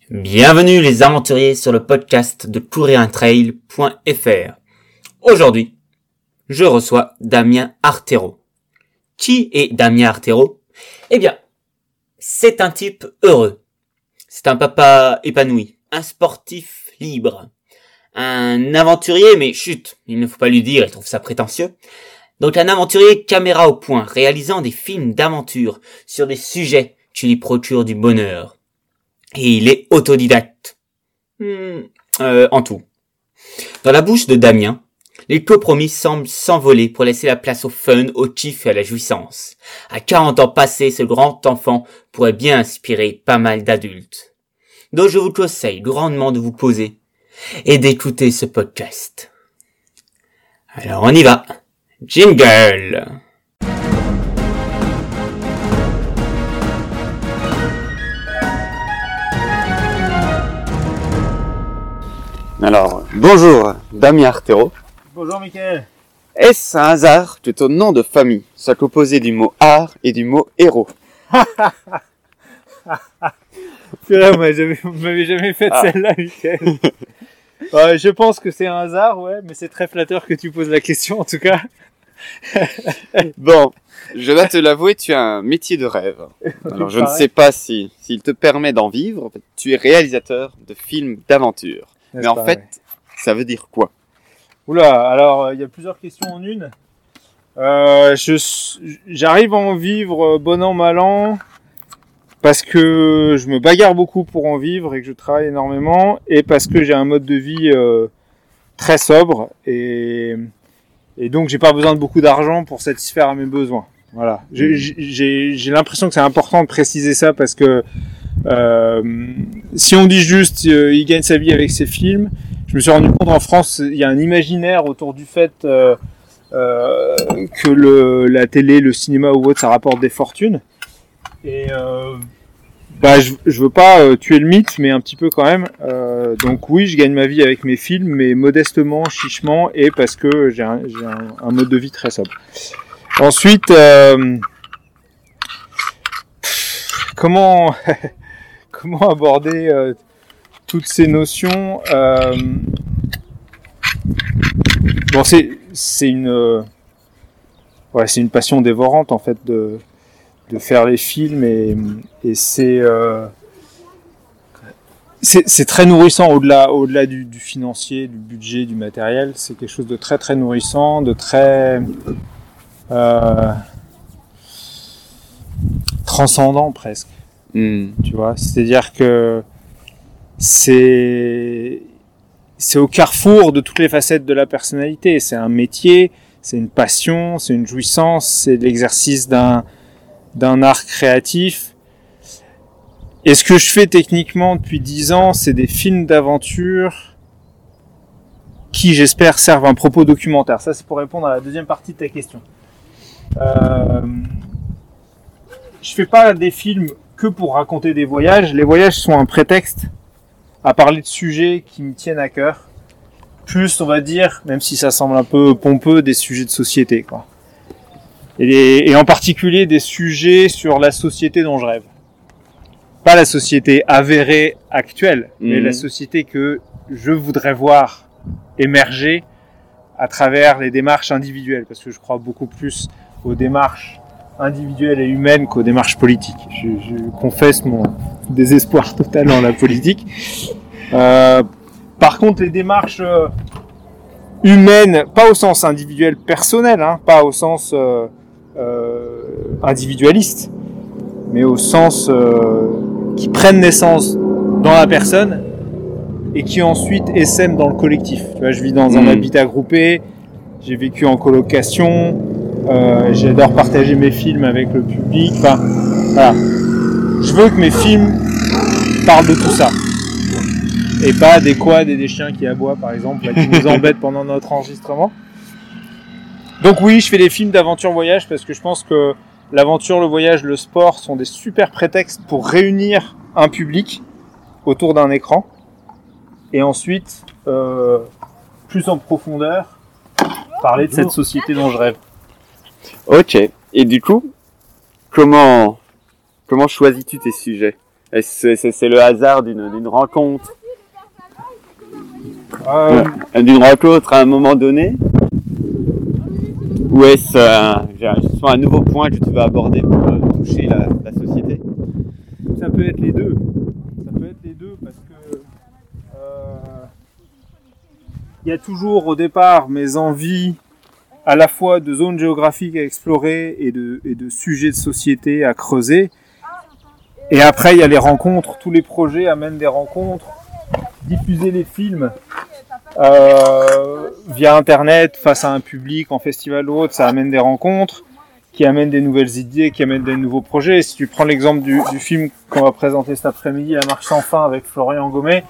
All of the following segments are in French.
Bienvenue les aventuriers sur le podcast de couriruntrail.fr. Aujourd'hui, je reçois Damien Artero. Qui est Damien Artero ? Eh bien, c'est un type heureux. C'est un papa épanoui, un sportif libre, un aventurier, mais chut, il ne faut pas lui dire, il trouve ça prétentieux. Donc un aventurier caméra au point, réalisant des films d'aventure sur des sujets qui lui procurent du bonheur. Et il est autodidacte. En tout. Dans la bouche de Damien, les compromis semblent s'envoler pour laisser la place au fun, au kiff et à la jouissance. À 40 ans passés, ce grand enfant pourrait bien inspirer pas mal d'adultes. Donc je vous conseille grandement de vous poser et d'écouter ce podcast. Alors on y va. Jingle! Alors, bonjour, Damien Artero. Bonjour Mickaël. Est-ce un hasard que ton nom de famille soit composé du mot art et du mot héros? Là, vous m'avez jamais fait celle-là, Mickaël. Je pense que c'est un hasard, ouais, mais c'est très flatteur que tu poses la question en tout cas. Bon, je dois te l'avouer, tu as un métier de rêve. Alors, je ne sais pas s'il te permet d'en vivre. Tu es réalisateur de films d'aventure. Mais en fait, ça veut dire quoi? Oula, alors il y a plusieurs questions en une. J'arrive à en vivre bon an, mal an, parce que je me bagarre beaucoup pour en vivre et que je travaille énormément, et parce que j'ai un mode de vie très sobre, et donc j'ai pas besoin de beaucoup d'argent pour satisfaire à mes besoins. Voilà. J'ai l'impression que c'est important de préciser ça, parce que si on dit juste il gagne sa vie avec ses films, je me suis rendu compte en France il y a un imaginaire autour du fait que la télé, le cinéma ou autre, ça rapporte des fortunes, et je veux pas tuer le mythe, mais un petit peu quand même. Donc oui, je gagne ma vie avec mes films, mais modestement, chichement, et parce que j'ai un mode de vie très sobre. Ensuite, comment aborder toutes ces notions? Bon, c'est une passion dévorante en fait de faire les films, et c'est très nourrissant au-delà du financier, du budget, du matériel. C'est quelque chose de très très nourrissant, de très transcendant presque. Tu vois, c'est-à-dire que c'est au carrefour de toutes les facettes de la personnalité. C'est un métier, c'est une passion, c'est une jouissance, c'est l'exercice d'un art créatif. Et ce que je fais techniquement depuis 10 ans, c'est des films d'aventure qui, j'espère, servent un propos documentaire. Ça, c'est pour répondre à la deuxième partie de ta question. Je fais pas des films que pour raconter des voyages. Les voyages sont un prétexte à parler de sujets qui me tiennent à cœur. Plus, on va dire, même si ça semble un peu pompeux, des sujets de société, quoi. Et en particulier des sujets sur la société dont je rêve. Pas la société avérée actuelle, mais la société que je voudrais voir émerger à travers les démarches individuelles, parce que je crois beaucoup plus aux démarches individuelles et humaines qu'aux démarches politiques. Je confesse mon désespoir total dans la politique. Par contre, les démarches humaines, pas au sens individuel personnel, pas au sens individualiste, mais au sens qui prennent naissance dans la personne et qui ensuite essaiment dans le collectif. Tu vois, je vis dans un habitat groupé, j'ai vécu en colocation, j'adore partager mes films avec le public. Enfin, voilà. Je veux que mes films parlent de tout ça. Et pas des quads et des chiens qui aboient, par exemple, là, qui nous embêtent pendant notre enregistrement. Donc oui, je fais des films d'aventure-voyage parce que je pense que l'aventure, le voyage, le sport sont des super prétextes pour réunir un public autour d'un écran. Et ensuite, plus en profondeur, parler de cette société dont je rêve. Ok. Et du coup, comment choisis-tu tes sujets? C'est le hasard d'une rencontre, d'une rencontre à un moment donné, ou est-ce un nouveau point que tu vas aborder pour toucher la société? Ça peut être les deux. Parce que il y a toujours au départ mes envies à la fois de zones géographiques à explorer et de sujets de société à creuser. Et après, il y a les rencontres. Tous les projets amènent des rencontres. Diffuser les films via Internet, face à un public, en festival ou autre, ça amène des rencontres qui amènent des nouvelles idées, qui amènent des nouveaux projets. Si tu prends l'exemple du film qu'on va présenter cet après-midi, La Marche sans fin, avec Florian Gommet,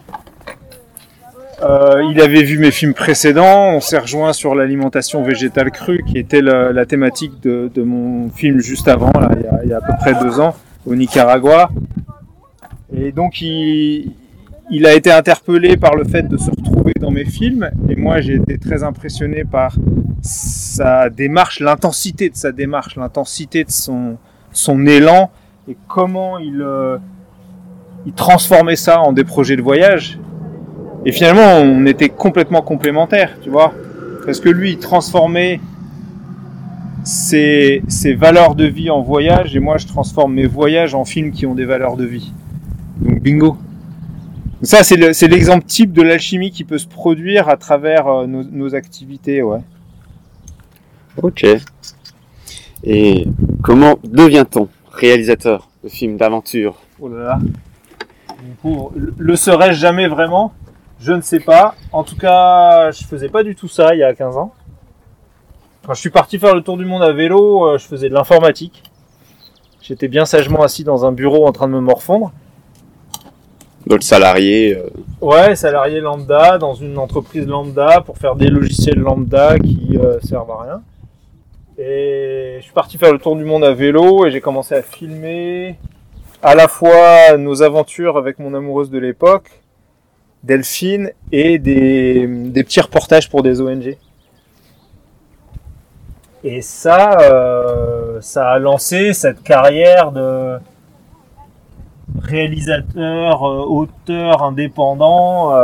il avait vu mes films précédents, on s'est rejoint sur l'alimentation végétale crue, qui était la thématique de mon film juste avant, là, il y a à peu près 2 ans, au Nicaragua. Et donc il a été interpellé par le fait de se retrouver dans mes films, et moi j'ai été très impressionné par sa démarche, l'intensité de sa démarche, l'intensité de son élan, et comment il transformait ça en des projets de voyage. Et finalement, on était complètement complémentaires, tu vois. Parce que lui, il transformait ses valeurs de vie en voyage, et moi, je transforme mes voyages en films qui ont des valeurs de vie. Donc, bingo. Ça, c'est l'exemple type de l'alchimie qui peut se produire à travers nos activités, ouais. Ok. Et comment devient-on réalisateur de films d'aventure? Oh là là. Le serais-je jamais vraiment? Je ne sais pas. En tout cas, je faisais pas du tout ça il y a 15 ans. Quand je suis parti faire le tour du monde à vélo, je faisais de l'informatique. J'étais bien sagement assis dans un bureau en train de me morfondre. Donc salarié. Ouais, salarié lambda, dans une entreprise lambda, pour faire des logiciels lambda qui servent à rien. Et je suis parti faire le tour du monde à vélo et j'ai commencé à filmer à la fois nos aventures avec mon amoureuse de l'époque, Delphine, et des petits reportages pour des ONG. Et ça a lancé cette carrière de réalisateur, auteur indépendant,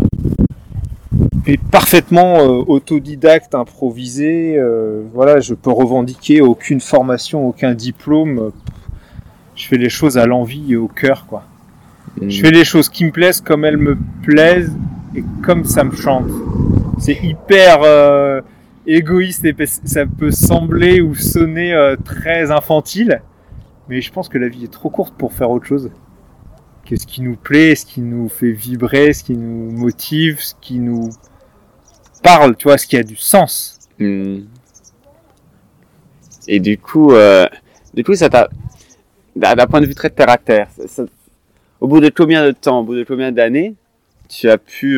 et parfaitement autodidacte, improvisé. Voilà, je peux revendiquer aucune formation, aucun diplôme. Je fais les choses à l'envie et au cœur, quoi. Je fais les choses qui me plaisent comme elles me plaisent et comme ça me chante. C'est hyper égoïste et ça peut sembler ou sonner très infantile, mais je pense que la vie est trop courte pour faire autre chose que ce qui nous plaît, ce qui nous fait vibrer, ce qui nous motive, ce qui nous parle, tu vois, ce qui a du sens. Et du coup, ça t'a, d'un point de vue très terre à terre, au bout de combien de temps, au bout de combien d'années, tu as pu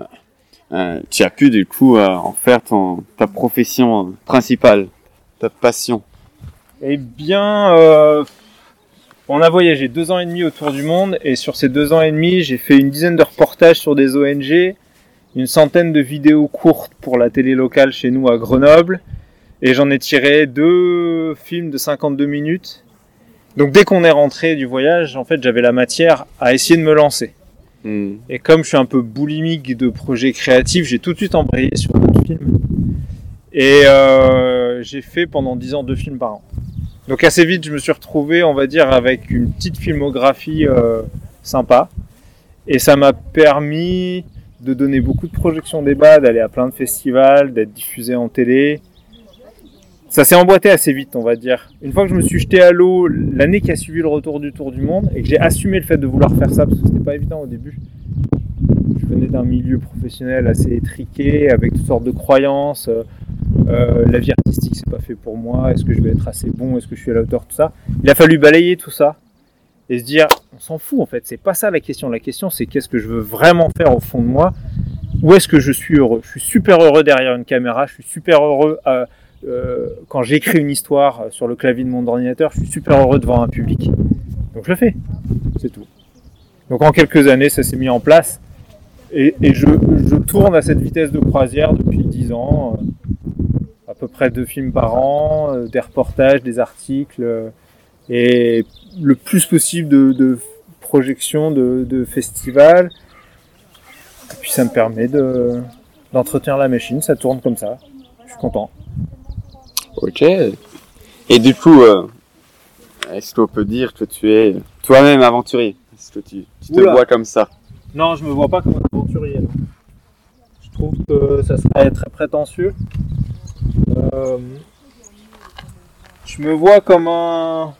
du coup en faire ta profession principale, ta passion? Eh bien, on a voyagé 2 ans et demi autour du monde, et sur ces 2 ans et demi, j'ai fait une dizaine de reportages sur des ONG, une centaine de vidéos courtes pour la télé locale chez nous à Grenoble, et j'en ai tiré 2 films de 52 minutes. Donc dès qu'on est rentré du voyage, en fait, j'avais la matière à essayer de me lancer. Et comme je suis un peu boulimique de projets créatifs, j'ai tout de suite embrayé sur d'autres films. Et j'ai fait pendant 10 ans 2 films par an. Donc assez vite, je me suis retrouvé, on va dire, avec une petite filmographie sympa. Et ça m'a permis de donner beaucoup de projections débat, d'aller à plein de festivals, d'être diffusé en télé. Ça s'est emboîté assez vite, on va dire. Une fois que je me suis jeté à l'eau l'année qui a suivi le retour du Tour du Monde, et que j'ai assumé le fait de vouloir faire ça, parce que c'était pas évident au début. Je venais d'un milieu professionnel assez étriqué, avec toutes sortes de croyances. La vie artistique, c'est pas fait pour moi. Est-ce que je vais être assez bon? Est-ce que je suis à la hauteur? Tout ça. Il a fallu balayer tout ça et se dire, on s'en fout en fait. C'est pas ça la question. La question, c'est qu'est-ce que je veux vraiment faire au fond de moi? Où est-ce que je suis heureux? Je suis super heureux derrière une caméra. Je suis super heureux quand j'écris une histoire sur le clavier de mon ordinateur. Je suis super heureux devant un public. Donc je le fais. C'est tout. Donc en quelques années, ça s'est mis en place. Et je tourne à cette vitesse de croisière depuis 10 ans. À peu près 2 films par an, des reportages, des articles, et le plus possible de projections de festivals. Et puis ça me permet d'entretenir la machine, ça tourne comme ça. Je suis content. Ok. Et du coup, est-ce qu'on peut dire que tu es toi-même aventurier? Est-ce que tu te vois comme ça? Non, je me vois pas comme un aventurier. Non. Je trouve que ça serait très prétentieux. Je me vois comme un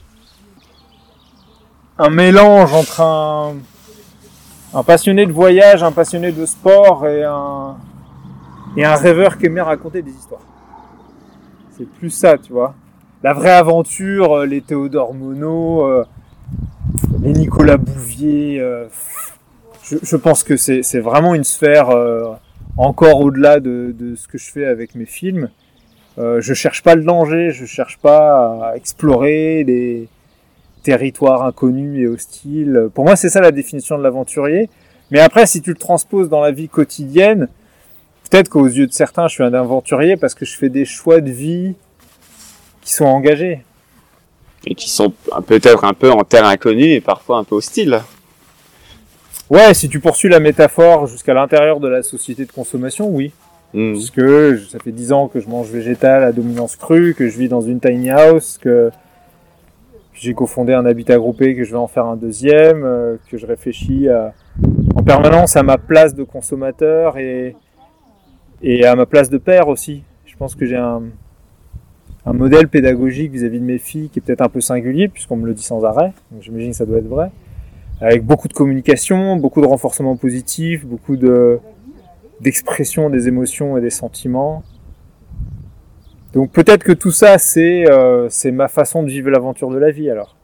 mélange entre un passionné de voyage, un passionné de sport et un rêveur qui aime bien raconter des histoires. C'est plus ça, tu vois. La vraie aventure, les Théodore Monod, les Nicolas Bouvier, je pense que c'est vraiment une sphère encore au-delà de ce que je fais avec mes films. Je cherche pas le danger, je cherche pas à explorer les territoires inconnus et hostiles. Pour moi, c'est ça la définition de l'aventurier. Mais après, si tu le transposes dans la vie quotidienne, peut-être qu'aux yeux de certains, je suis un aventurier parce que je fais des choix de vie qui sont engagés. Et qui sont peut-être un peu en terre inconnue et parfois un peu hostiles. Ouais, si tu poursuis la métaphore jusqu'à l'intérieur de la société de consommation, oui. Parce que ça fait 10 ans que je mange végétal à dominance crue, que je vis dans une tiny house, que j'ai cofondé un habitat groupé, que je vais en faire un deuxième, que je réfléchis en permanence à ma place de consommateur et à ma place de père aussi. Je pense que j'ai un modèle pédagogique vis-à-vis de mes filles qui est peut-être un peu singulier, puisqu'on me le dit sans arrêt, donc j'imagine que ça doit être vrai, avec beaucoup de communication, beaucoup de renforcement positif, beaucoup d'expression des émotions et des sentiments. Donc peut-être que tout ça, c'est ma façon de vivre l'aventure de la vie, alors.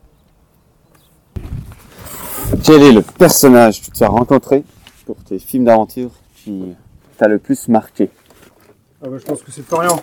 Quel est le personnage que tu as rencontré pour tes films d'aventure qui t'a le plus marqué? Je pense que c'est Florian.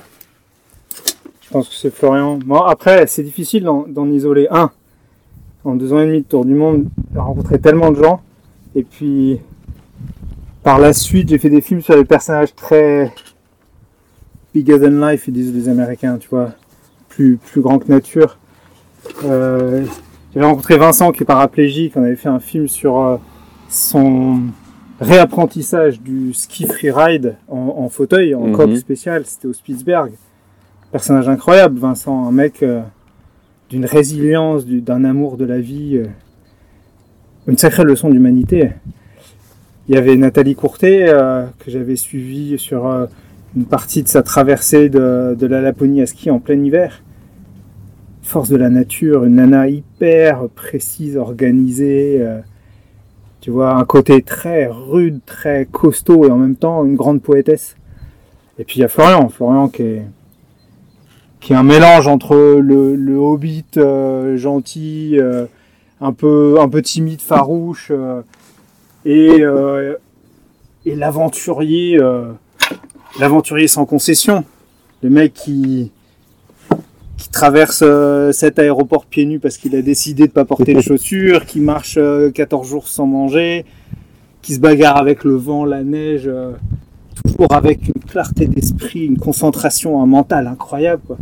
Bon, après, c'est difficile d'en isoler un. En 2 ans et demi de tour du monde, j'ai rencontré tellement de gens. Et puis, par la suite, j'ai fait des films sur des personnages très bigger than life, ils disent les Américains, tu vois, plus grand que nature. J'avais rencontré Vincent qui est paraplégique. On avait fait un film sur son réapprentissage du ski freeride en fauteuil, en coque spécial. C'était au Spitzberg. Personnage incroyable, Vincent, un mec d'une résilience, d'un amour de la vie, une sacrée leçon d'humanité. Il y avait Nathalie Courtet que j'avais suivie sur une partie de sa traversée de la Laponie à ski en plein hiver. Force de la nature, une nana hyper précise, organisée, tu vois, un côté très rude, très costaud et en même temps une grande poétesse. Et puis il y a Florian qui est un mélange entre le hobbit gentil, un peu timide, farouche, et l'aventurier sans concession, le mec qui traverse cet aéroport pieds nus parce qu'il a décidé de pas porter de chaussures, qui marche 14 jours sans manger, qui se bagarre avec le vent, la neige, toujours avec une clarté d'esprit, une concentration, un mental incroyable, quoi.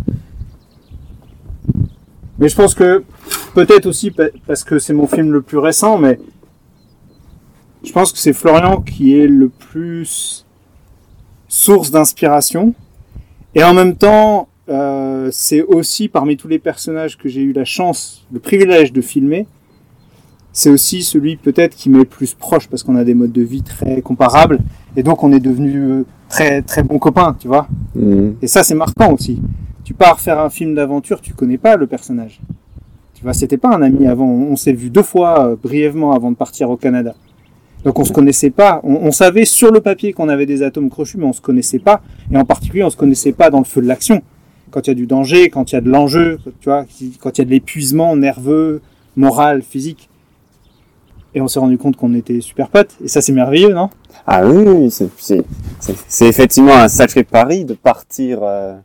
Mais je pense que, peut-être aussi parce que c'est mon film le plus récent, mais je pense que c'est Florian qui est le plus source d'inspiration. Et en même temps, c'est aussi parmi tous les personnages que j'ai eu la chance, le privilège de filmer, c'est aussi celui peut-être qui m'est le plus proche parce qu'on a des modes de vie très comparables et donc on est devenus très très bons copains, tu vois. Et ça c'est marquant aussi. Tu pars faire un film d'aventure, tu connais pas le personnage. Tu vois, c'était pas un ami avant. On s'est vu 2 fois brièvement avant de partir au Canada. Donc on se connaissait pas. On savait sur le papier qu'on avait des atomes crochus, mais on se connaissait pas. Et en particulier, on se connaissait pas dans le feu de l'action. Quand il y a du danger, quand il y a de l'enjeu, tu vois, quand il y a de l'épuisement nerveux, moral, physique. Et on s'est rendu compte qu'on était super potes. Et ça, c'est merveilleux, non? Ah oui, c'est effectivement un sacré pari de partir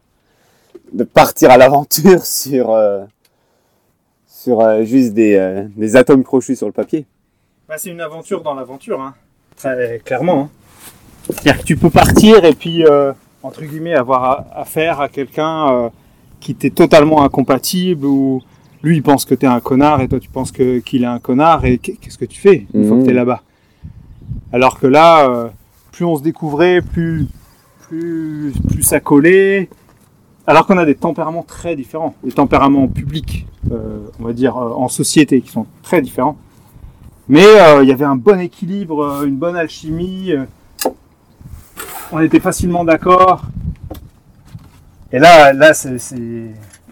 à l'aventure sur juste des atomes crochus sur le papier. Bah, c'est une aventure dans l'aventure, hein. Très clairement. Hein. C'est-à-dire que tu peux partir et puis, entre guillemets, avoir affaire à quelqu'un qui t'est totalement incompatible ou lui il pense que t'es un connard et toi tu penses qu'il est un connard et qu'est-ce que tu fais une fois que t'es là-bas? Alors que là, plus on se découvrait, plus ça collait. Alors qu'on a des tempéraments très différents, des tempéraments publics, on va dire en société, qui sont très différents. Mais il y avait un bon équilibre, une bonne alchimie. On était facilement d'accord. Et là, c'est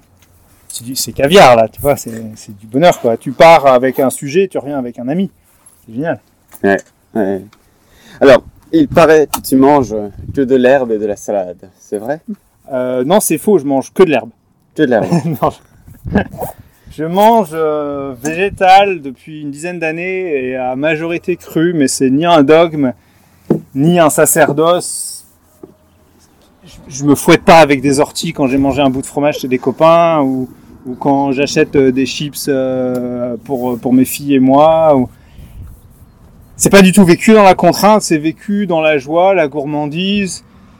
caviar, là, tu vois, c'est du bonheur, quoi. Tu pars avec un sujet, tu reviens avec un ami. C'est génial. Ouais. Alors, il paraît que tu manges que de l'herbe et de la salade, c'est vrai? Non, c'est faux, je mange que de l'herbe. Que de l'herbe. Non, je mange végétal depuis une dizaine d'années et à majorité crue, mais c'est ni un dogme, ni un sacerdoce. Je me fouette pas avec des orties quand j'ai mangé un bout de fromage chez des copains ou quand j'achète des chips pour mes filles et moi. C'est pas du tout vécu dans la contrainte, c'est vécu dans la joie, la gourmandise,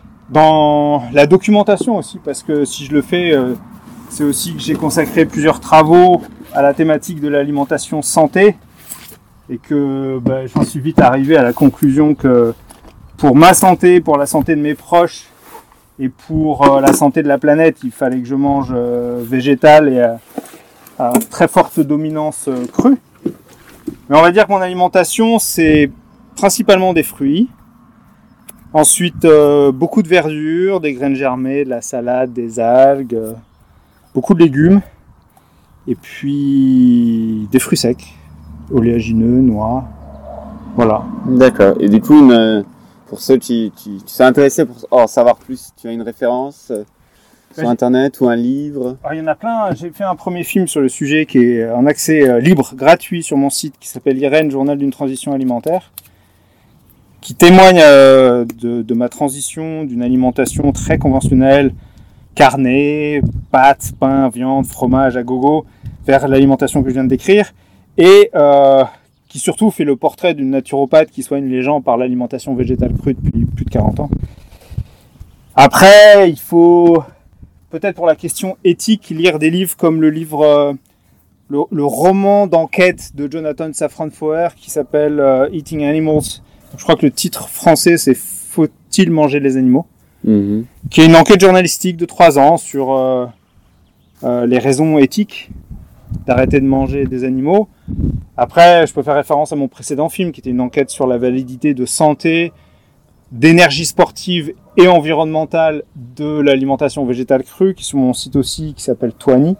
dans la documentation aussi, parce que si je le fais, c'est aussi que j'ai consacré plusieurs travaux à la thématique de l'alimentation santé et que j'en suis vite arrivé à la conclusion que pour ma santé, pour la santé de mes proches et pour la santé de la planète, il fallait que je mange végétal et à très forte dominance crue. Mais on va dire que mon alimentation, c'est principalement des fruits. Ensuite, beaucoup de verdure, des graines germées, de la salade, des algues, beaucoup de légumes. Et puis, des fruits secs, oléagineux, noix. Voilà. D'accord. Et du coup, pour ceux qui sont intéressés pour en savoir plus, tu as une référence sur Internet ou un livre? Alors, il y en a plein. J'ai fait un premier film sur le sujet qui est en accès libre, gratuit sur mon site, qui s'appelle Irène, Journal d'une transition alimentaire, qui témoigne de ma transition d'une alimentation très conventionnelle, carnée, pâtes, pain, viande, fromage à gogo, vers l'alimentation que je viens de décrire, et qui surtout fait le portrait d'une naturopathe qui soigne les gens par l'alimentation végétale crue depuis plus de 40 ans. Après, il faut peut-être pour la question éthique lire des livres comme le livre, le roman d'enquête de Jonathan Safran Foer qui s'appelle Eating Animals. Je crois que le titre français c'est Faut-il manger les animaux, qui est une enquête journalistique de 3 ans sur les raisons éthiques d'arrêter de manger des animaux. Après, je peux faire référence à mon précédent film qui était une enquête sur la validité de santé, d'énergie sportive et environnementale de l'alimentation végétale crue, qui est sur mon site aussi, qui s'appelle Toani.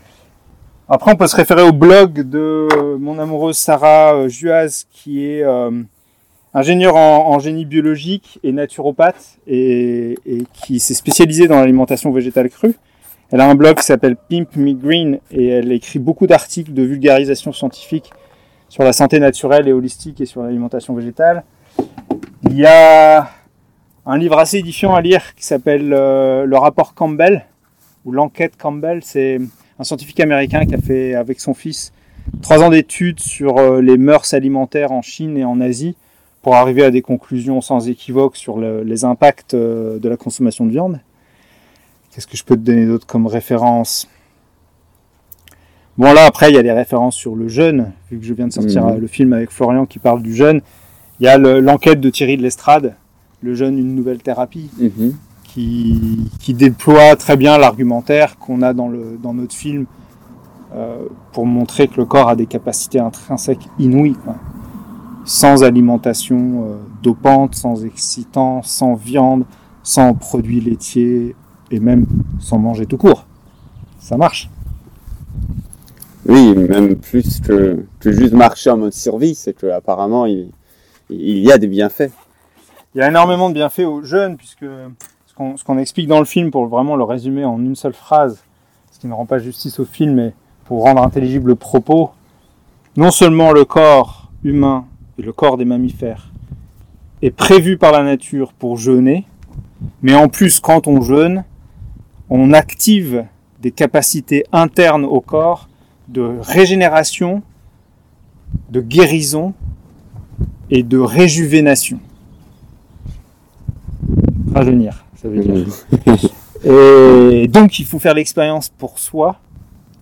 Après, on peut se référer au blog de mon amoureuse Sarah Juaz, qui est ingénieure en génie biologique et naturopathe, et qui s'est spécialisée dans l'alimentation végétale crue. Elle a un blog qui s'appelle Pimp Me Green, et elle écrit beaucoup d'articles de vulgarisation scientifique sur la santé naturelle et holistique et sur l'alimentation végétale. Il y a un livre assez édifiant à lire qui s'appelle le rapport Campbell, ou l'enquête Campbell. C'est un scientifique américain qui a fait avec son fils 3 ans d'études sur les mœurs alimentaires en Chine et en Asie pour arriver à des conclusions sans équivoque sur les impacts de la consommation de viande. Qu'est-ce que je peux te donner d'autre comme référence ? Bon là après il y a des références sur le jeûne, vu que je viens de sortir le film avec Florian qui parle du jeûne. Il y a l'enquête de Thierry de l'Estrade, le jeûne, une nouvelle thérapie, qui déploie très bien l'argumentaire qu'on a dans notre film pour montrer que le corps a des capacités intrinsèques inouïes, quoi. Sans alimentation dopante, sans excitant, sans viande, sans produits laitiers et même sans manger tout court. Ça marche. Oui, même plus que juste marcher en mode survie, c'est qu'apparemment il y a des bienfaits. Il y a énormément de bienfaits aux jeunes, puisque ce qu'on explique dans le film, pour vraiment le résumer en une seule phrase, ce qui ne rend pas justice au film, mais pour rendre intelligible le propos, non seulement le corps humain et le corps des mammifères est prévu par la nature pour jeûner, mais en plus, quand on jeûne, on active des capacités internes au corps de régénération, de guérison et de réjuvénation. Rajeunir, ça veut dire. Et donc, il faut faire l'expérience pour soi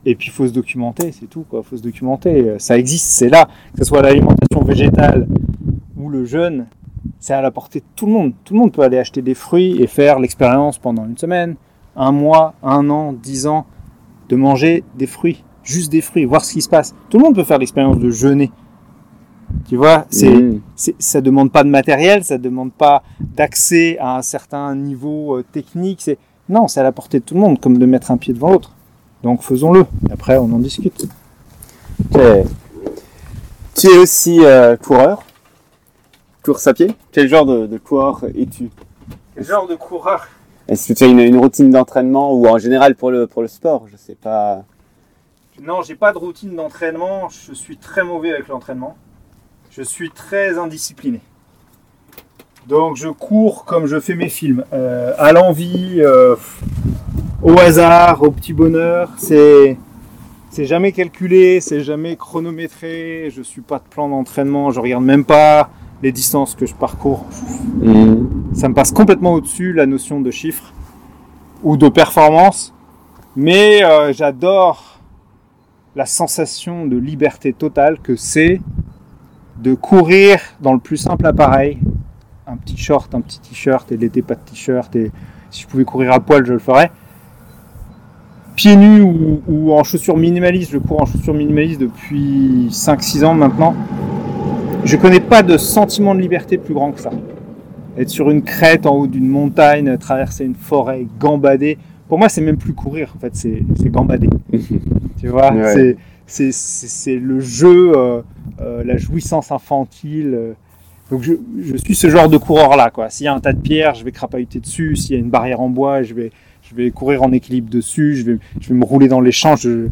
Et puis il faut se documenter, c'est tout quoi. Faut se documenter. Ça existe, c'est là. Que ce soit l'alimentation végétale ou le jeûne, c'est à la portée de tout le monde. Tout le monde peut aller acheter des fruits et faire l'expérience pendant une semaine, un mois, 1 an, 10 ans, de manger des fruits, juste des fruits, voir ce qui se passe. Tout le monde peut faire l'expérience de jeûner. Tu vois, ça demande pas de matériel, ça demande pas d'accès à un certain niveau technique. Non, c'est à la portée de tout le monde, comme de mettre un pied devant l'autre. Donc faisons-le. Après, on en discute. Okay. Tu es aussi coureur, course à pied. Quel genre de coureur es-tu? Quel genre de coureur? Est-ce que tu as une routine d'entraînement ou en général pour le sport? Je sais pas. Non, j'ai pas de routine d'entraînement. Je suis très mauvais avec l'entraînement. Je suis très indiscipliné. Donc je cours comme je fais mes films, à l'envie, au hasard, au petit bonheur. C'est jamais calculé, c'est jamais chronométré. Je suis pas de plan d'entraînement, je regarde même pas les distances que je parcours. Ça me passe complètement au-dessus la notion de chiffre ou de performance. Mais j'adore la sensation de liberté totale que c'est de courir dans le plus simple appareil. Un petit short, un petit t-shirt, et l'été pas de t-shirt, et si je pouvais courir à poil, je le ferais. Pieds nus ou en chaussures minimalistes, je cours en chaussures minimalistes depuis 5-6 ans maintenant. Je connais pas de sentiment de liberté plus grand que ça. Être sur une crête en haut d'une montagne, traverser une forêt, gambader. Pour moi, c'est même plus courir, en fait, c'est gambader. Tu vois, ouais. C'est le jeu, la jouissance infantile. Donc je suis ce genre de coureur-là, quoi. S'il y a un tas de pierres, je vais crapahuter dessus. S'il y a une barrière en bois, je vais courir en équilibre dessus. Je vais me rouler dans les champs. Je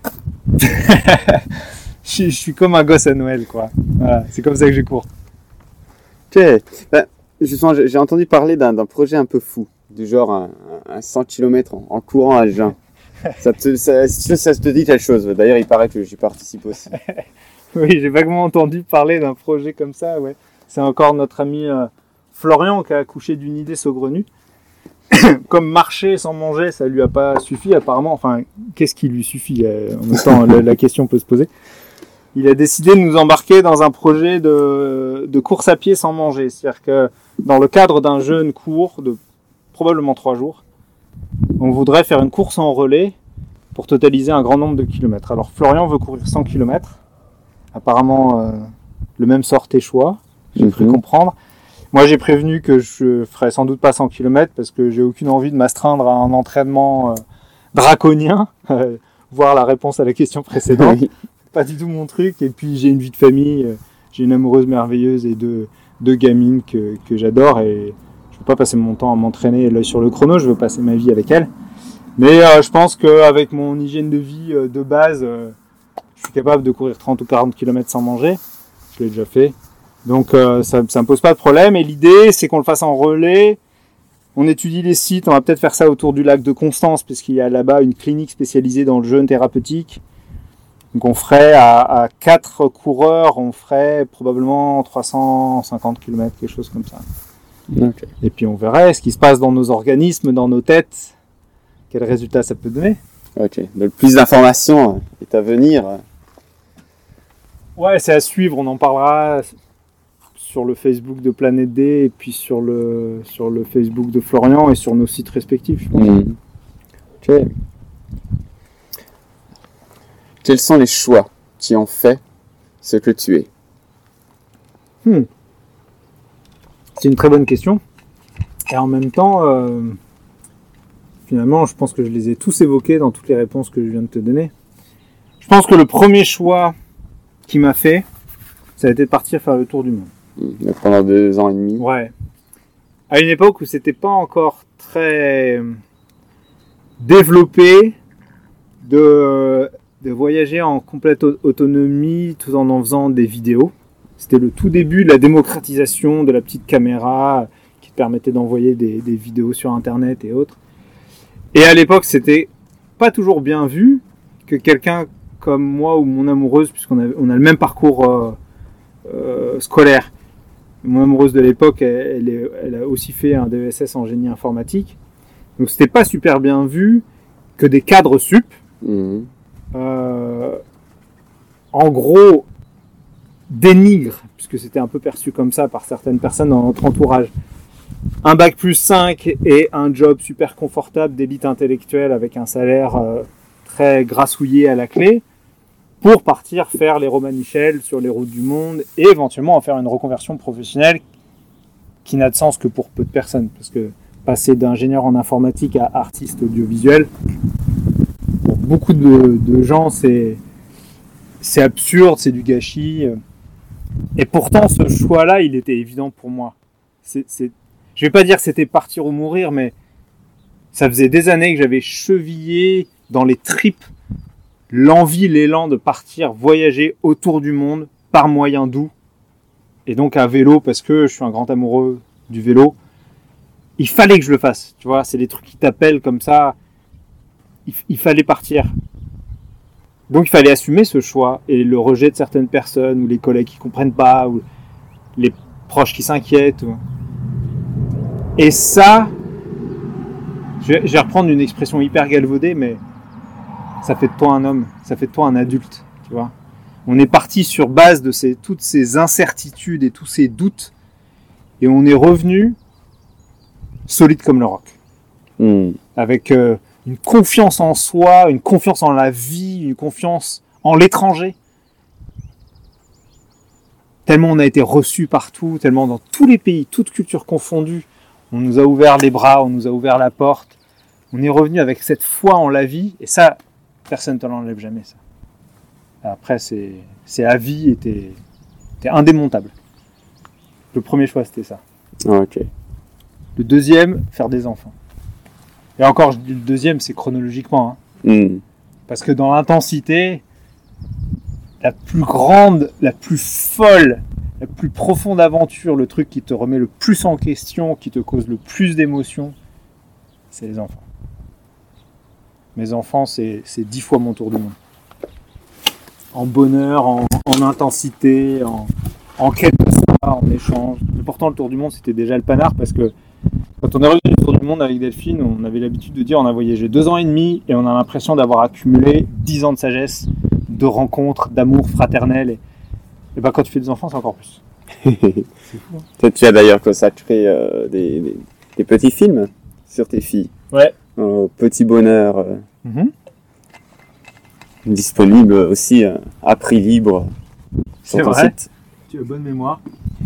suis comme un gosse à Noël, quoi. Voilà, c'est comme ça que je cours. Ok. Ben, j'ai entendu parler d'un projet un peu fou, du genre un 100 km en courant à jeun. Ça te dit quelque chose? D'ailleurs, il paraît que j'y participe aussi. Oui, j'ai vaguement entendu parler d'un projet comme ça, ouais. C'est encore notre ami Florian qui a accouché d'une idée saugrenue. Comme marcher sans manger, ça lui a pas suffi apparemment. Enfin, qu'est-ce qui lui suffit? En même temps, la question peut se poser. Il a décidé de nous embarquer dans un projet de course à pied sans manger. C'est-à-dire que dans le cadre d'un jeûne court de probablement 3 jours, on voudrait faire une course en relais pour totaliser un grand nombre de kilomètres. Alors Florian veut courir 100 km. Apparemment, le même sort tes choix. J'ai cru comprendre. Moi, j'ai prévenu que je ferais sans doute pas 100 km parce que j'ai aucune envie de m'astreindre à un entraînement draconien. Voir la réponse à la question précédente. Pas du tout mon truc. Et puis, j'ai une vie de famille. J'ai une amoureuse merveilleuse et deux gamines que j'adore. Et je veux pas passer mon temps à m'entraîner l'œil sur le chrono. Je veux passer ma vie avec elles. Mais je pense qu'avec mon hygiène de vie de base, je suis capable de courir 30 ou 40 km sans manger. Je l'ai déjà fait. Donc ça me pose pas de problème. Et l'idée, c'est qu'on le fasse en relais. On étudie les sites. On va peut-être faire ça autour du lac de Constance, puisqu'il y a là-bas une clinique spécialisée dans le jeûne thérapeutique. Donc on ferait à 4 coureurs, on ferait probablement 350 km, quelque chose comme ça. Okay. Et puis on verrait ce qui se passe dans nos organismes, dans nos têtes. Quel résultat ça peut donner. Ok. Donc plus d'informations est à venir. Ouais, c'est à suivre. On en parlera sur le Facebook de Planète D et puis sur le Facebook de Florian et sur nos sites respectifs, je pense. Ok. Quels sont les choix qui ont fait ce que tu es? C'est une très bonne question. Et en même temps, finalement, je pense que je les ai tous évoqués dans toutes les réponses que je viens de te donner. Je pense que le premier choix qui m'a fait, ça a été de partir faire le tour du monde. Pendant 2 ans et demi. Ouais. À une époque où c'était pas encore très développé de voyager en complète autonomie tout en faisant des vidéos. C'était le tout début de la démocratisation de la petite caméra qui te permettait d'envoyer des vidéos sur Internet et autres. Et à l'époque, c'était pas toujours bien vu que quelqu'un comme moi ou mon amoureuse, puisqu'on a le même parcours scolaire. Mon amoureuse de l'époque, elle a aussi fait un DESS en génie informatique. Donc c'était pas super bien vu que des cadres sup en gros, dénigre, puisque c'était un peu perçu comme ça par certaines personnes dans notre entourage, un bac plus 5 et un job super confortable d'élite intellectuelle avec un salaire très grassouillé à la clé, pour partir faire les Romanichels sur les routes du monde et éventuellement en faire une reconversion professionnelle qui n'a de sens que pour peu de personnes. Parce que passer d'ingénieur en informatique à artiste audiovisuel, pour beaucoup de gens, c'est absurde, c'est du gâchis. Et pourtant, ce choix-là, il était évident pour moi. Je vais pas dire que c'était partir ou mourir, mais ça faisait des années que j'avais chevillé dans les tripes l'envie, l'élan de partir voyager autour du monde par moyen doux, et donc à vélo, parce que je suis un grand amoureux du vélo. Il fallait que je le fasse, tu vois, c'est des trucs qui t'appellent comme ça, il fallait partir. Donc il fallait assumer ce choix, et le rejet de certaines personnes, ou les collègues qui comprennent pas, ou les proches qui s'inquiètent. Et ça, je vais reprendre une expression hyper galvaudée, mais ça fait de toi un homme, ça fait de toi un adulte, tu vois. On est parti sur base de toutes ces incertitudes et tous ces doutes, et on est revenu solide comme le roc. Avec une confiance en soi, une confiance en la vie, une confiance en l'étranger. Tellement on a été reçus partout, tellement dans tous les pays, toutes cultures confondues, on nous a ouvert les bras, on nous a ouvert la porte. On est revenu avec cette foi en la vie, et ça, personne ne te l'enlève jamais, ça. Après, c'est à vie, et t'es indémontable. Le premier choix, c'était ça. Ok. Le deuxième, faire des enfants. Et encore, je dis le deuxième, c'est chronologiquement. Parce que dans l'intensité, la plus grande, la plus folle, la plus profonde aventure, le truc qui te remet le plus en question, qui te cause le plus d'émotions, c'est les enfants. Mes enfants, c'est 10 fois mon tour du monde. En bonheur, en intensité, en quête de soi, en échange. Mais pourtant, le tour du monde, c'était déjà le panard, parce que quand on est revenu du tour du monde avec Delphine, on avait l'habitude de dire on a voyagé 2 ans et demi, et on a l'impression d'avoir accumulé 10 ans de sagesse, de rencontres, d'amour fraternel. Et ben, quand tu fais des enfants, c'est encore plus. C'est fou, hein. Toi, tu as d'ailleurs consacré des petits films sur tes filles. Ouais. Petit bonheur. Disponible aussi à prix libre sur ton site. Tu as bonne mémoire.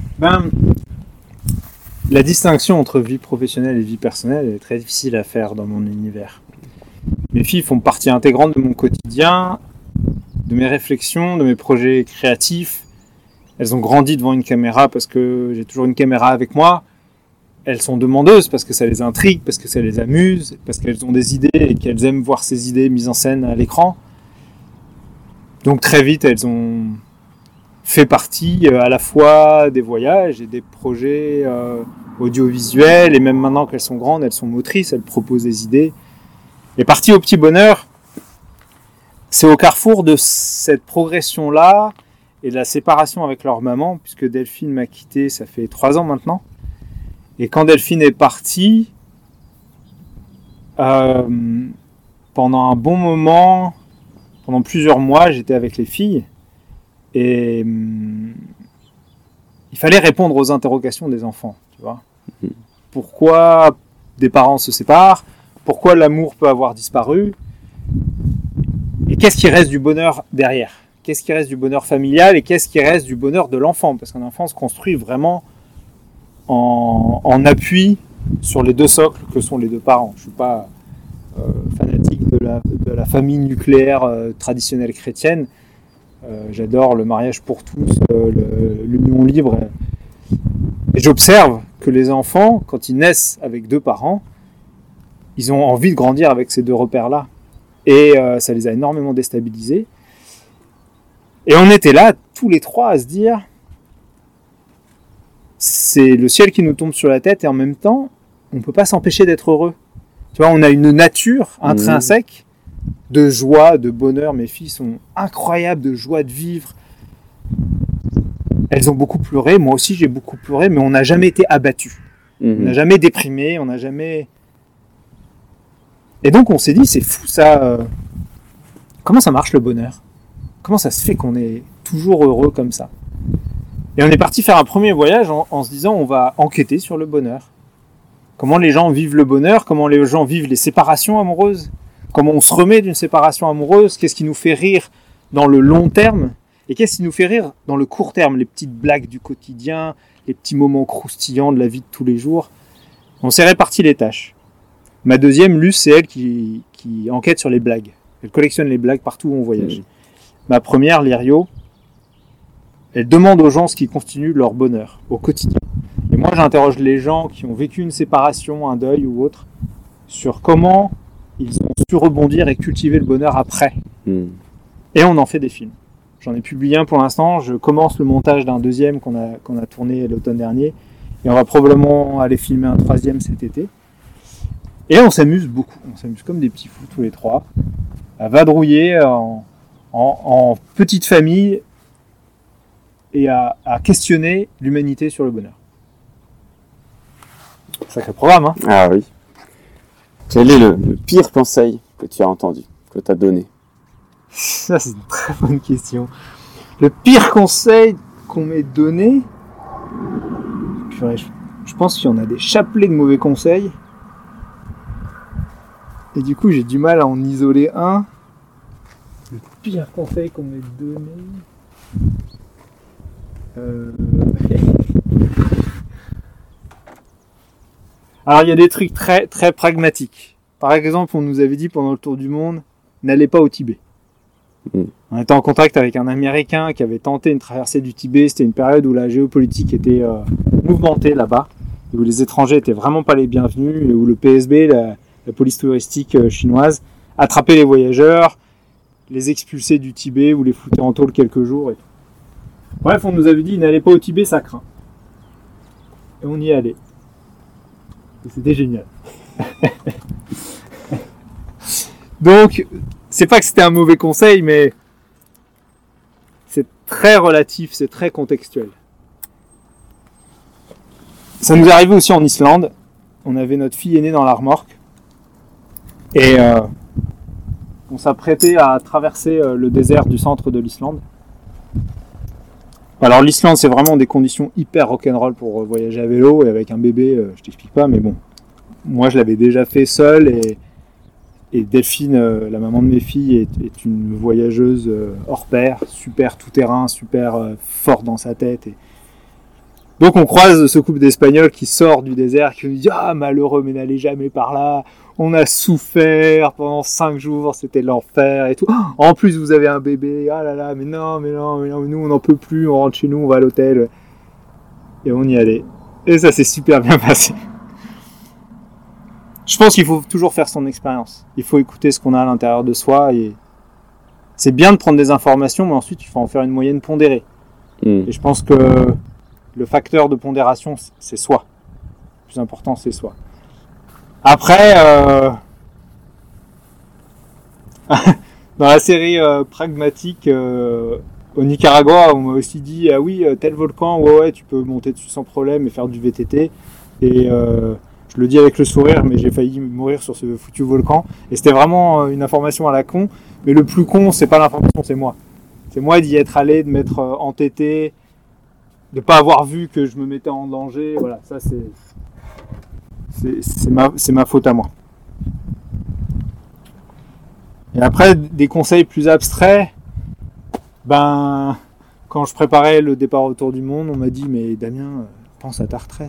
La distinction entre vie professionnelle et vie personnelle est très difficile à faire dans mon univers. Mes filles font partie intégrante de mon quotidien, de mes réflexions, de mes projets créatifs. Elles ont grandi devant une caméra parce que j'ai toujours une caméra avec moi. Elles sont demandeuses parce que ça les intrigue, parce que ça les amuse, parce qu'elles ont des idées et qu'elles aiment voir ces idées mises en scène à l'écran. Donc très vite, elles ont fait partie à la fois des voyages et des projets audiovisuels. Et même maintenant qu'elles sont grandes, elles sont motrices, elles proposent des idées. Et partie au petit bonheur, c'est au carrefour de cette progression-là et de la séparation avec leur maman, puisque Delphine m'a quitté, ça fait 3 ans maintenant. Et quand Delphine est partie, pendant un bon moment, pendant plusieurs mois, j'étais avec les filles et il fallait répondre aux interrogations des enfants, tu vois. Pourquoi des parents se séparent? Pourquoi l'amour peut avoir disparu? Et qu'est-ce qui reste du bonheur derrière? Qu'est-ce qui reste du bonheur familial et qu'est-ce qui reste du bonheur de l'enfant? Parce qu'un enfant se construit vraiment en appui sur les 2 socles que sont les 2 parents. Je ne suis pas fanatique de la famille nucléaire traditionnelle chrétienne. J'adore le mariage pour tous, l'union libre. Et j'observe que les enfants, quand ils naissent avec 2 parents, ils ont envie de grandir avec ces 2 repères-là. Et ça les a énormément déstabilisés. Et on était là, tous les 3, à se dire c'est le ciel qui nous tombe sur la tête et en même temps, on ne peut pas s'empêcher d'être heureux. Tu vois, on a une nature intrinsèque de joie, de bonheur. Mes filles sont incroyables de joie de vivre. Elles ont beaucoup pleuré, moi aussi j'ai beaucoup pleuré, mais on n'a jamais été abattus. On n'a jamais déprimé, on n'a jamais... Et donc on s'est dit, c'est fou ça. comment ça marche le bonheur ? Comment ça se fait qu'on est toujours heureux comme ça ? Et on est parti faire un premier voyage en se disant on va enquêter sur le bonheur. Comment les gens vivent le bonheur, comment les gens vivent les séparations amoureuses, comment on se remet d'une séparation amoureuse, qu'est-ce qui nous fait rire dans le long terme et qu'est-ce qui nous fait rire dans le court terme, les petites blagues du quotidien, les petits moments croustillants de la vie de tous les jours. On s'est réparti les tâches. Ma deuxième, Luce, c'est elle qui enquête sur les blagues. Elle collectionne les blagues partout où on voyage. Ma première, Lirio, elle demande aux gens ce qui constitue leur bonheur au quotidien. Et moi, j'interroge les gens qui ont vécu une séparation, un deuil ou autre, sur comment ils ont su rebondir et cultiver le bonheur après. Et on en fait des films. J'en ai publié un pour l'instant. Je commence le montage d'un deuxième qu'on a tourné l'automne dernier. Et on va probablement aller filmer un troisième cet été. Et on s'amuse beaucoup. On s'amuse comme des petits fous tous les trois, à vadrouiller en petite famille et à questionner l'humanité sur le bonheur. Sacré programme, hein ? Ah oui. Quel est le pire conseil que tu as entendu, que tu as donné ? Ça, c'est une très bonne question. Le pire conseil qu'on m'ait donné, je pense qu'il y en a des chapelets de mauvais conseils. Et du coup, j'ai du mal à en isoler un. Le pire conseil qu'on m'ait donné... Alors, il y a des trucs très, très pragmatiques. Par exemple, on nous avait dit pendant le tour du monde, n'allez pas au Tibet. On était en contact avec un Américain qui avait tenté une traversée du Tibet. C'était une période où la géopolitique était mouvementée là-bas, et où les étrangers étaient vraiment pas les bienvenus, et où le PSB, la police touristique chinoise, attrapait les voyageurs, les expulsait du Tibet ou les foutait en tôle quelques jours. Et... Bref, on nous avait dit, n'allez pas au Tibet, ça craint. Et on y est allé. Et c'était génial. Donc, c'est pas que c'était un mauvais conseil, mais c'est très relatif, c'est très contextuel. Ça nous est arrivé aussi en Islande. On avait notre fille aînée dans la remorque. Et on s'apprêtait à traverser le désert du centre de l'Islande. Alors l'Islande, c'est vraiment des conditions hyper rock'n'roll pour voyager à vélo, et avec un bébé, je t'explique pas, mais bon. Moi, je l'avais déjà fait seul, et Delphine, la maman de mes filles, est une voyageuse hors pair, super tout-terrain, super fort dans sa tête. Et... Donc on croise ce couple d'Espagnols qui sort du désert, qui nous dit « Ah, malheureux, mais n'allez jamais par là, on a souffert pendant 5 jours, c'était l'enfer et tout. En plus, vous avez un bébé, ah là là, mais non, nous on n'en peut plus, on rentre chez nous, on va à l'hôtel. » Et on y allait. Et ça s'est super bien passé. Je pense qu'il faut toujours faire son expérience. Il faut écouter ce qu'on a à l'intérieur de soi. Et c'est bien de prendre des informations, mais ensuite il faut en faire une moyenne pondérée. Et je pense que le facteur de pondération, c'est soi. Le plus important, c'est soi. Après, dans la série pragmatique au Nicaragua, on m'a aussi dit « Ah oui, tel volcan, ouais, tu peux monter dessus sans problème et faire du VTT. » Et je le dis avec le sourire, mais j'ai failli mourir sur ce foutu volcan. Et c'était vraiment une information à la con. Mais le plus con, c'est pas l'information, c'est moi. C'est moi d'y être allé, de m'être entêté, de pas avoir vu que je me mettais en danger. Voilà, ça c'est ma faute à moi. Et après, des conseils plus abstraits, quand je préparais le départ autour du monde, on m'a dit « Mais Damien, pense à ta retraite. »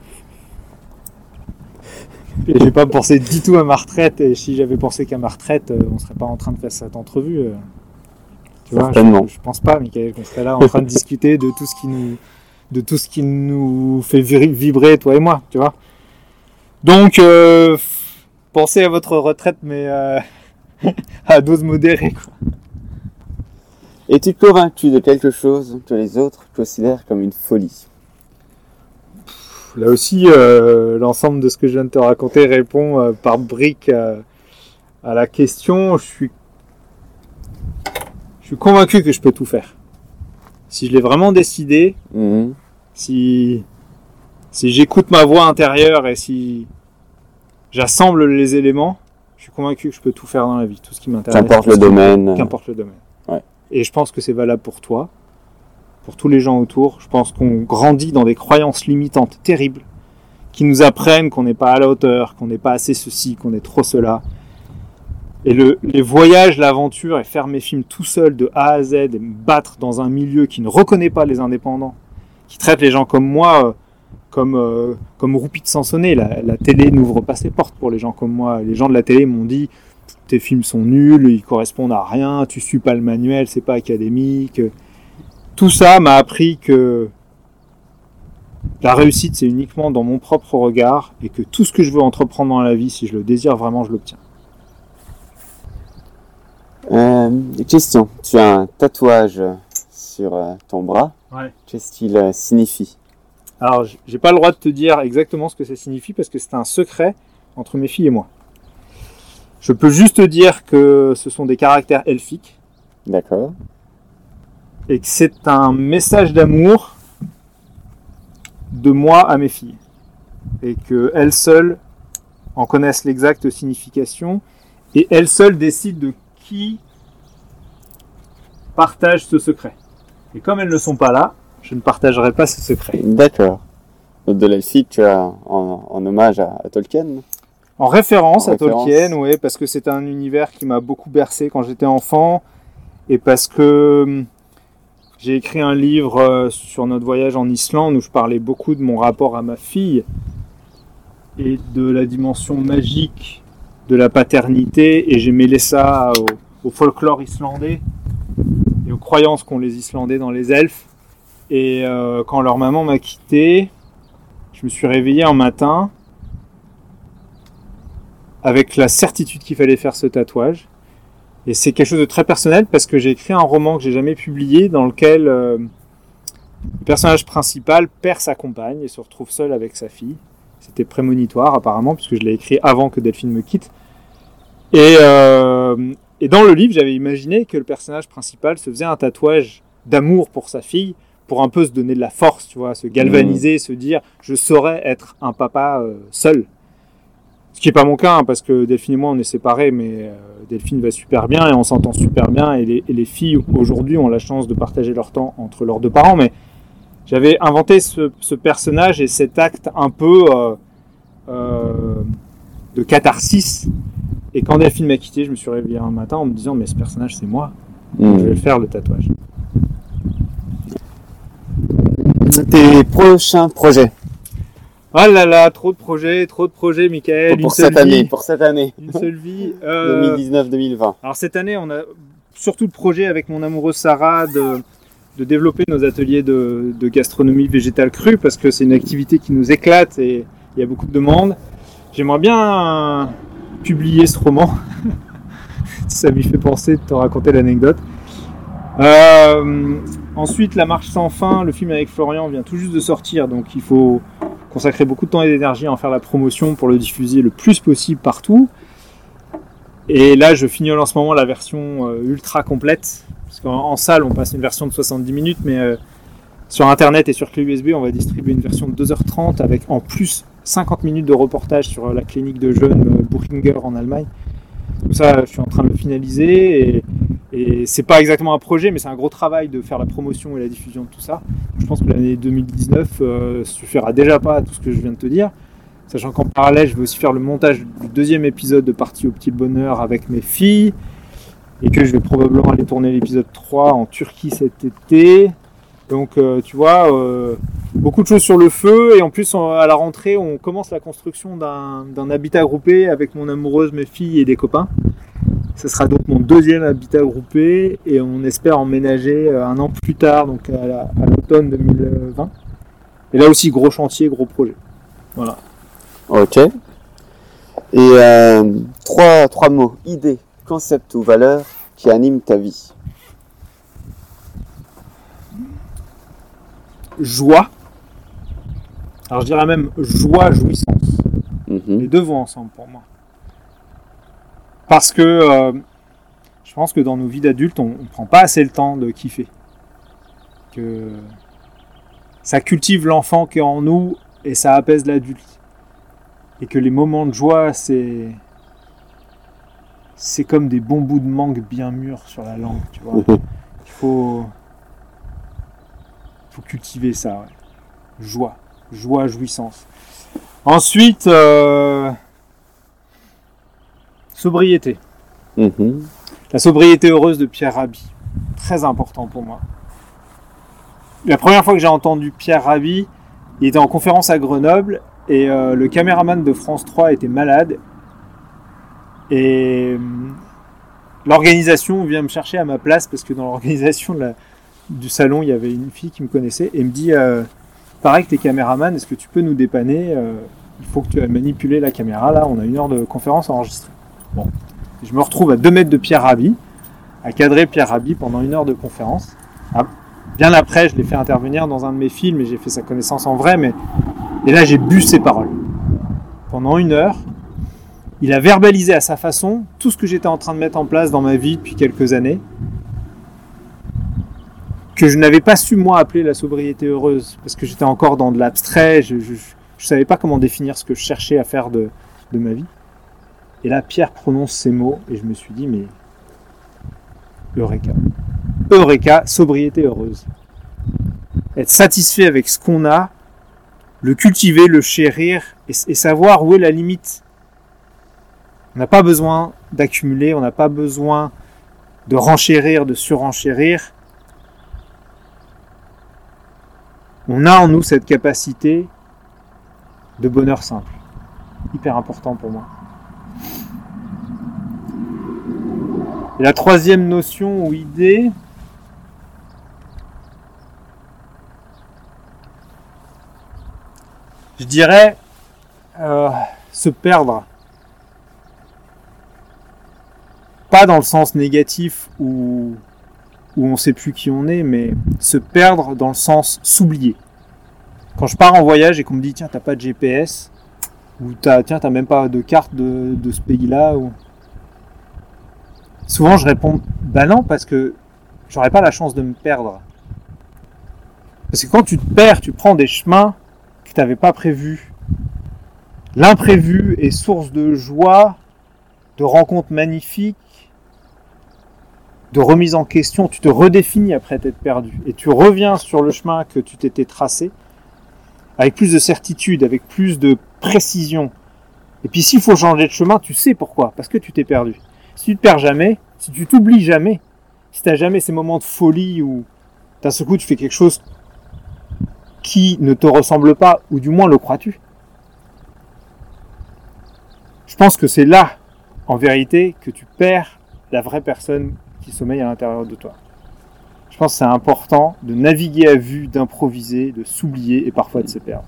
Et j'ai pas pensé du tout à ma retraite, et si j'avais pensé qu'à ma retraite, on serait pas en train de faire cette entrevue. Tu vois, je pense pas, Michael, qu'on serait là en train de discuter de tout ce qui nous fait vibrer, toi et moi, tu vois. Donc, pensez à votre retraite, mais à dose modérée, quoi. Es-tu convaincu de quelque chose que les autres considèrent comme une folie ? Là aussi, l'ensemble de ce que je viens de te raconter répond par briques à la question. Je suis convaincu que je peux tout faire. Si je l'ai vraiment décidé, si j'écoute ma voix intérieure et si j'assemble les éléments, je suis convaincu que je peux tout faire dans la vie, tout ce qui m'intéresse. Qu'importe le domaine. Qu'importe le domaine. Ouais. Et je pense que c'est valable pour toi, pour tous les gens autour. Je pense qu'on grandit dans des croyances limitantes terribles qui nous apprennent qu'on n'est pas à la hauteur, qu'on n'est pas assez ceci, qu'on est trop cela. Et les voyages, l'aventure et faire mes films tout seul de A à Z et me battre dans un milieu qui ne reconnaît pas les indépendants, qui traite les gens comme moi comme roupie de Sansonnet. La télé n'ouvre pas ses portes pour les gens comme moi. Les gens de la télé m'ont dit « tes films sont nuls, ils correspondent à rien, tu suis pas le manuel, c'est pas académique ». Tout ça m'a appris que la réussite, c'est uniquement dans mon propre regard et que tout ce que je veux entreprendre dans la vie, si je le désire vraiment, je l'obtiens. Question, tu as un tatouage sur ton bras. Ouais. Qu'est-ce qu'il signifie? Alors, j'ai pas le droit de te dire exactement ce que ça signifie parce que c'est un secret entre mes filles et moi. Je peux juste te dire que ce sont des caractères elfiques. D'accord. Et que c'est un message d'amour de moi à mes filles. Et qu'elles seules en connaissent l'exacte signification et elles seules décident de qui partage ce secret. Et comme elles ne sont pas là, je ne partagerai pas ce secret. D'accord. Donc de l'elfique, tu as en hommage à Tolkien. En référence à Tolkien, oui, parce que c'est un univers qui m'a beaucoup bercé quand j'étais enfant et parce que j'ai écrit un livre sur notre voyage en Islande où je parlais beaucoup de mon rapport à ma fille et de la dimension magique de la paternité et j'ai mêlé ça au folklore islandais et aux croyances qu'ont les Islandais dans les elfes. Et quand leur maman m'a quitté, je me suis réveillé un matin avec la certitude qu'il fallait faire ce tatouage. Et c'est quelque chose de très personnel parce que j'ai écrit un roman que j'ai jamais publié dans lequel le personnage principal perd sa compagne et se retrouve seul avec sa fille. C'était prémonitoire apparemment puisque je l'ai écrit avant que Delphine me quitte. Et dans le livre, j'avais imaginé que le personnage principal se faisait un tatouage d'amour pour sa fille pour un peu se donner de la force, tu vois, se galvaniser, se dire « je saurais être un papa seul ». Ce qui n'est pas mon cas, hein, parce que Delphine et moi, on est séparés, mais Delphine va super bien et on s'entend super bien. Et les filles, aujourd'hui, ont la chance de partager leur temps entre leurs deux parents. Mais j'avais inventé ce personnage et cet acte un peu de catharsis. Et quand Delphine m'a quitté, je me suis réveillé un matin en me disant « mais ce personnage, c'est moi. Je vais le faire, le tatouage ». Tes prochains projets? Oh là là, trop de projets, Michael. Pour cette année. Une seule vie. 2019-2020. Alors cette année, on a surtout le projet avec mon amoureuse Sarah de développer nos ateliers de gastronomie végétale crue parce que c'est une activité qui nous éclate et il y a beaucoup de demandes. J'aimerais bien publier ce roman. Ça m'y fait penser de te raconter l'anecdote. Ensuite, La Marche sans fin, le film avec Florian vient tout juste de sortir, donc il faut consacrer beaucoup de temps et d'énergie à en faire la promotion pour le diffuser le plus possible partout. Et là, je fignole en ce moment la version ultra complète, parce qu'en salle, on passe une version de 70 minutes, mais sur Internet et sur clé USB, on va distribuer une version de 2h30 avec en plus 50 minutes de reportage sur la clinique de jeunes Buchinger en Allemagne. Tout ça, je suis en train de le finaliser et c'est pas exactement un projet, mais c'est un gros travail de faire la promotion et la diffusion de tout ça. Je pense que l'année 2019 suffira déjà pas à tout ce que je viens de te dire, sachant qu'en parallèle, je vais aussi faire le montage du deuxième épisode de Partie au petit bonheur avec mes filles et que je vais probablement aller tourner l'épisode 3 en Turquie cet été. Donc tu vois, beaucoup de choses sur le feu et en plus à la rentrée on commence la construction d'un habitat groupé avec mon amoureuse, mes filles et des copains. Ce sera donc mon deuxième habitat groupé et on espère emménager un an plus tard, donc à l'automne 2020. Et là aussi gros chantier, gros projet. Voilà. Ok. Et trois mots, idées, concepts ou valeurs qui animent ta vie. Joie. Alors je dirais même joie, jouissance. Les deux vont ensemble pour moi. Parce que je pense que dans nos vies d'adultes, on ne prend pas assez le temps de kiffer. Que ça cultive l'enfant qui est en nous et ça apaise l'adulte. Et que les moments de joie, c'est c'est comme des bons bouts de mangue bien mûrs sur la langue, tu vois. Il faut cultiver ça, ouais. Joie, jouissance. Ensuite, sobriété. La sobriété heureuse de Pierre Rabhi. Très important pour moi. La première fois que j'ai entendu Pierre Rabhi, il était en conférence à Grenoble et le caméraman de France 3 était malade. Et l'organisation vient me chercher à ma place parce que dans l'organisation du salon, il y avait une fille qui me connaissait et me dit pareil que t'es caméraman, est-ce que tu peux nous dépanner il faut que tu aies manipulé la caméra, là on a 1 heure de conférence à enregistrer. Bon. Et je me retrouve à 2 mètres de Pierre Rabhi, à cadrer Pierre Rabhi pendant 1 heure de conférence. Bien après, je l'ai fait intervenir dans un de mes films et j'ai fait sa connaissance en vrai, et là j'ai bu ses paroles. Pendant 1 heure, il a verbalisé à sa façon tout ce que j'étais en train de mettre en place dans ma vie depuis quelques années, que je n'avais pas su moi appeler la sobriété heureuse, parce que j'étais encore dans de l'abstrait, je savais pas comment définir ce que je cherchais à faire de ma vie. Et là, Pierre prononce ces mots, et je me suis dit, mais Eureka. Eureka, sobriété heureuse. Être satisfait avec ce qu'on a, le cultiver, le chérir, et savoir où est la limite. On n'a pas besoin d'accumuler, on n'a pas besoin de renchérir, de surenchérir. On a en nous cette capacité de bonheur simple. Hyper important pour moi. Et la troisième notion ou idée, je dirais se perdre. Pas dans le sens négatif où on ne sait plus qui on est, mais se perdre dans le sens s'oublier. Quand je pars en voyage et qu'on me dit tiens, t'as pas de GPS, ou t'as même pas de carte de ce pays-là, ou... souvent je réponds bah non, parce que j'aurais pas la chance de me perdre. Parce que quand tu te perds, tu prends des chemins que t'avais pas prévus. L'imprévu est source de joie, de rencontres magnifiques, de remise en question. Tu te redéfinis après t'être perdu et tu reviens sur le chemin que tu t'étais tracé avec plus de certitude, avec plus de précision. Et puis s'il faut changer de chemin, tu sais pourquoi, parce que tu t'es perdu. Si tu te perds jamais, si tu t'oublies jamais, si tu n'as jamais ces moments de folie où d'un seul coup tu fais quelque chose qui ne te ressemble pas, ou du moins le crois-tu, je pense que c'est là, en vérité, que tu perds la vraie personne qui sommeille à l'intérieur de toi. Je pense que c'est important de naviguer à vue, d'improviser, de s'oublier et parfois de se perdre.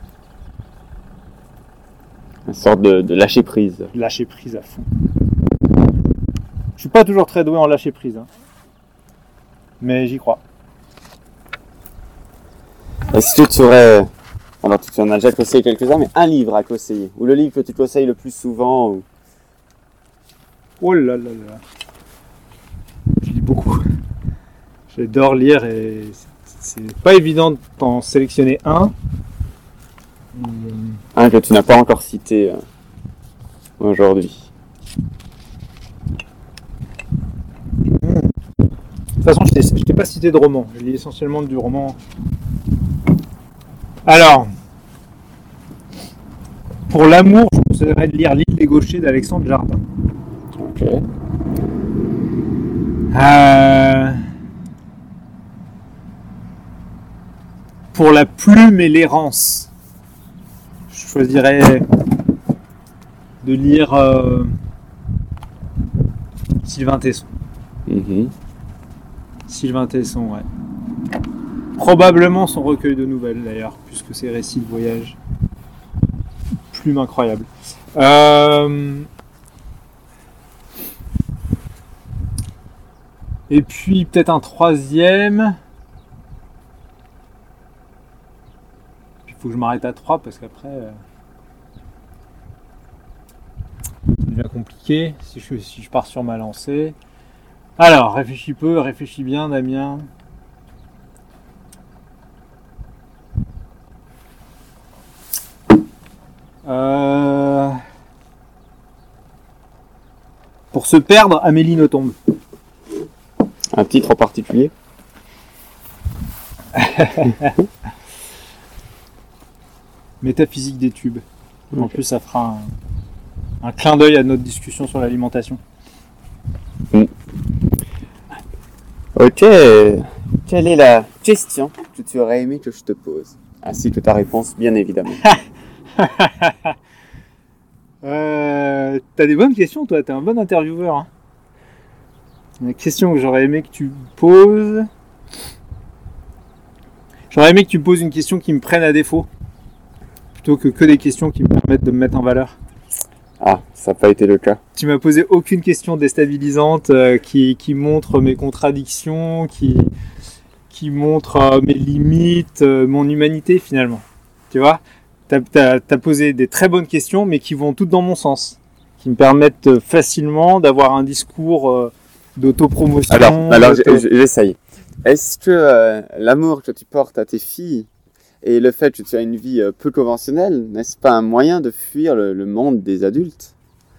Une sorte de lâcher prise. Lâcher prise à fond. Je suis pas toujours très doué en lâcher prise, mais j'y crois. Est-ce que tu aurais, alors tu en as déjà conseillé quelques-uns, mais un livre à conseiller, ou le livre que tu conseilles le plus souvent ou... Oh là là là. Je lis beaucoup. J'adore lire et c'est pas évident d'en sélectionner un. Un que tu n'as pas encore cité aujourd'hui. De toute façon, je t'ai pas cité de roman. Je lis essentiellement du roman. Alors, pour l'amour, je conseillerais de lire L'île des Gauchers d'Alexandre Jardin. Ok. Pour la plume et l'errance, je choisirais de lire Sylvain Tesson. Sylvain Tesson, ouais. Probablement son recueil de nouvelles d'ailleurs, plus que ses récits de voyage. Plume incroyable. Et puis peut-être un troisième. Il faut que je m'arrête à 3 parce qu'après ça devient compliqué si je pars sur ma lancée. Alors, réfléchis peu, réfléchis bien, Damien. Pour se perdre, Amélie Nothomb. Un titre en particulier? Métaphysique des tubes. En plus, ça fera un clin d'œil à notre discussion sur l'alimentation. Ok. Quelle est la question que tu aurais aimé que je te pose? Ainsi que ta réponse, bien évidemment. T'as des bonnes questions, toi. T'es un bon intervieweur. Hein. La question que j'aurais aimé que tu poses... J'aurais aimé que tu poses une question qui me prenne à défaut. Plutôt que des questions qui me permettent de me mettre en valeur. Ah, ça n'a pas été le cas. Tu m'as posé aucune question déstabilisante qui montre mes contradictions, qui montre mes limites, mon humanité finalement. Tu vois, t'as posé des très bonnes questions, mais qui vont toutes dans mon sens, qui me permettent facilement d'avoir un discours d'autopromotion. Alors j'essaye. Est-ce que l'amour que tu portes à tes filles et le fait que tu as une vie peu conventionnelle, n'est-ce pas un moyen de fuir le monde des adultes?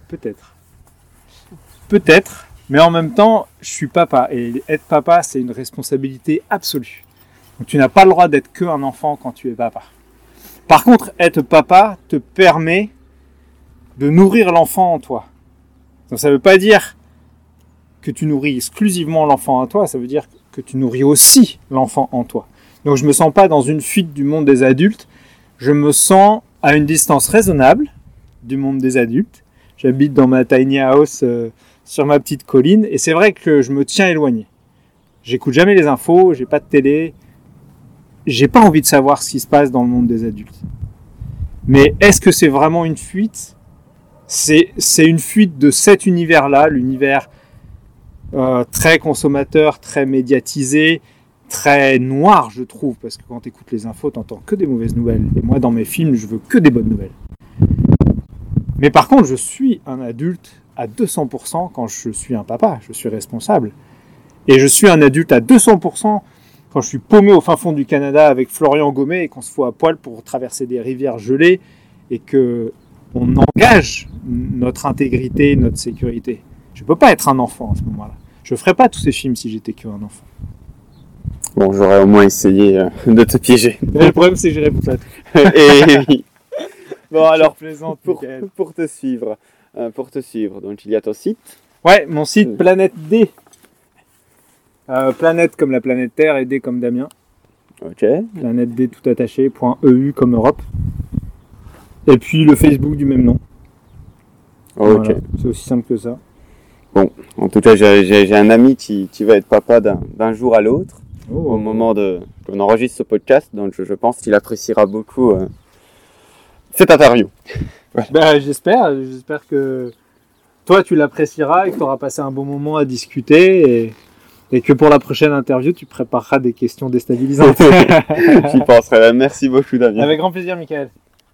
Peut-être, mais en même temps, je suis papa. Et être papa, c'est une responsabilité absolue. Donc tu n'as pas le droit d'être qu'un enfant quand tu es papa. Par contre, être papa te permet de nourrir l'enfant en toi. Donc ça ne veut pas dire que tu nourris exclusivement l'enfant en toi, ça veut dire que tu nourris aussi l'enfant en toi. Donc je ne me sens pas dans une fuite du monde des adultes, je me sens à une distance raisonnable du monde des adultes. J'habite dans ma tiny house sur ma petite colline et c'est vrai que je me tiens éloigné. J'écoute jamais les infos, j'ai pas de télé, j'ai pas envie de savoir ce qui se passe dans le monde des adultes. Mais est-ce que c'est vraiment une fuite ? C'est une fuite de cet univers-là, l'univers très consommateur, très médiatisé, très noir, je trouve, parce que quand tu écoutes les infos, tu n'entends que des mauvaises nouvelles. Et moi, dans mes films, je veux que des bonnes nouvelles. Mais par contre, je suis un adulte à 200% quand je suis un papa, je suis responsable. Et je suis un adulte à 200% quand je suis paumé au fin fond du Canada avec Florian Gommet et qu'on se fout à poil pour traverser des rivières gelées et qu'on engage notre intégrité, notre sécurité. Je ne peux pas être un enfant à ce moment-là. Je ne ferais pas tous ces films si j'étais qu'un enfant. Bon, j'aurais au moins essayé de te piéger. Mais le problème, c'est que j'ai répondu à tout. Et oui. Bon, alors, plaisante, pour te suivre, donc il y a ton site. Ouais, mon site Planète D. Planète comme la planète Terre et D comme Damien. Ok. Planète D tout attaché, .eu comme Europe. Et puis le Facebook du même nom. Ok. Voilà, c'est aussi simple que ça. Bon, en tout cas, j'ai un ami qui va être papa d'un jour à l'autre, au moment qu'on enregistre ce podcast, donc je pense qu'il appréciera beaucoup cette interview. Voilà. Ben, j'espère que toi tu l'apprécieras et que tu auras passé un bon moment à discuter et que pour la prochaine interview tu prépareras des questions déstabilisantes. J'y penserai. Merci beaucoup, Damien. Avec grand plaisir, Michael.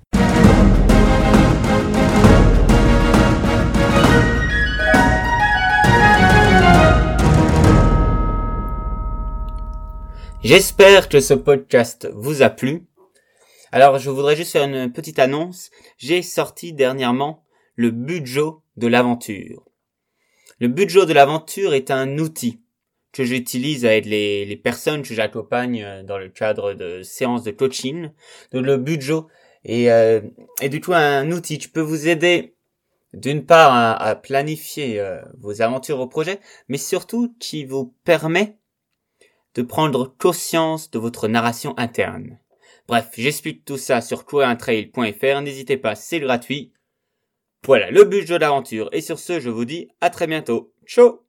J'espère que ce podcast vous a plu. Alors, je voudrais juste faire une petite annonce. J'ai sorti dernièrement le budget de l'aventure. Le budget de l'aventure est un outil que j'utilise avec les personnes que j'accompagne dans le cadre de séances de coaching. Donc, le budget est du coup un outil qui peut vous aider d'une part à planifier vos aventures au projet, mais surtout qui vous permet de prendre conscience de votre narration interne. Bref, j'explique tout ça sur couriruntrail.fr, n'hésitez pas, c'est gratuit. Voilà, le but de l'aventure. Et sur ce, je vous dis à très bientôt. Ciao!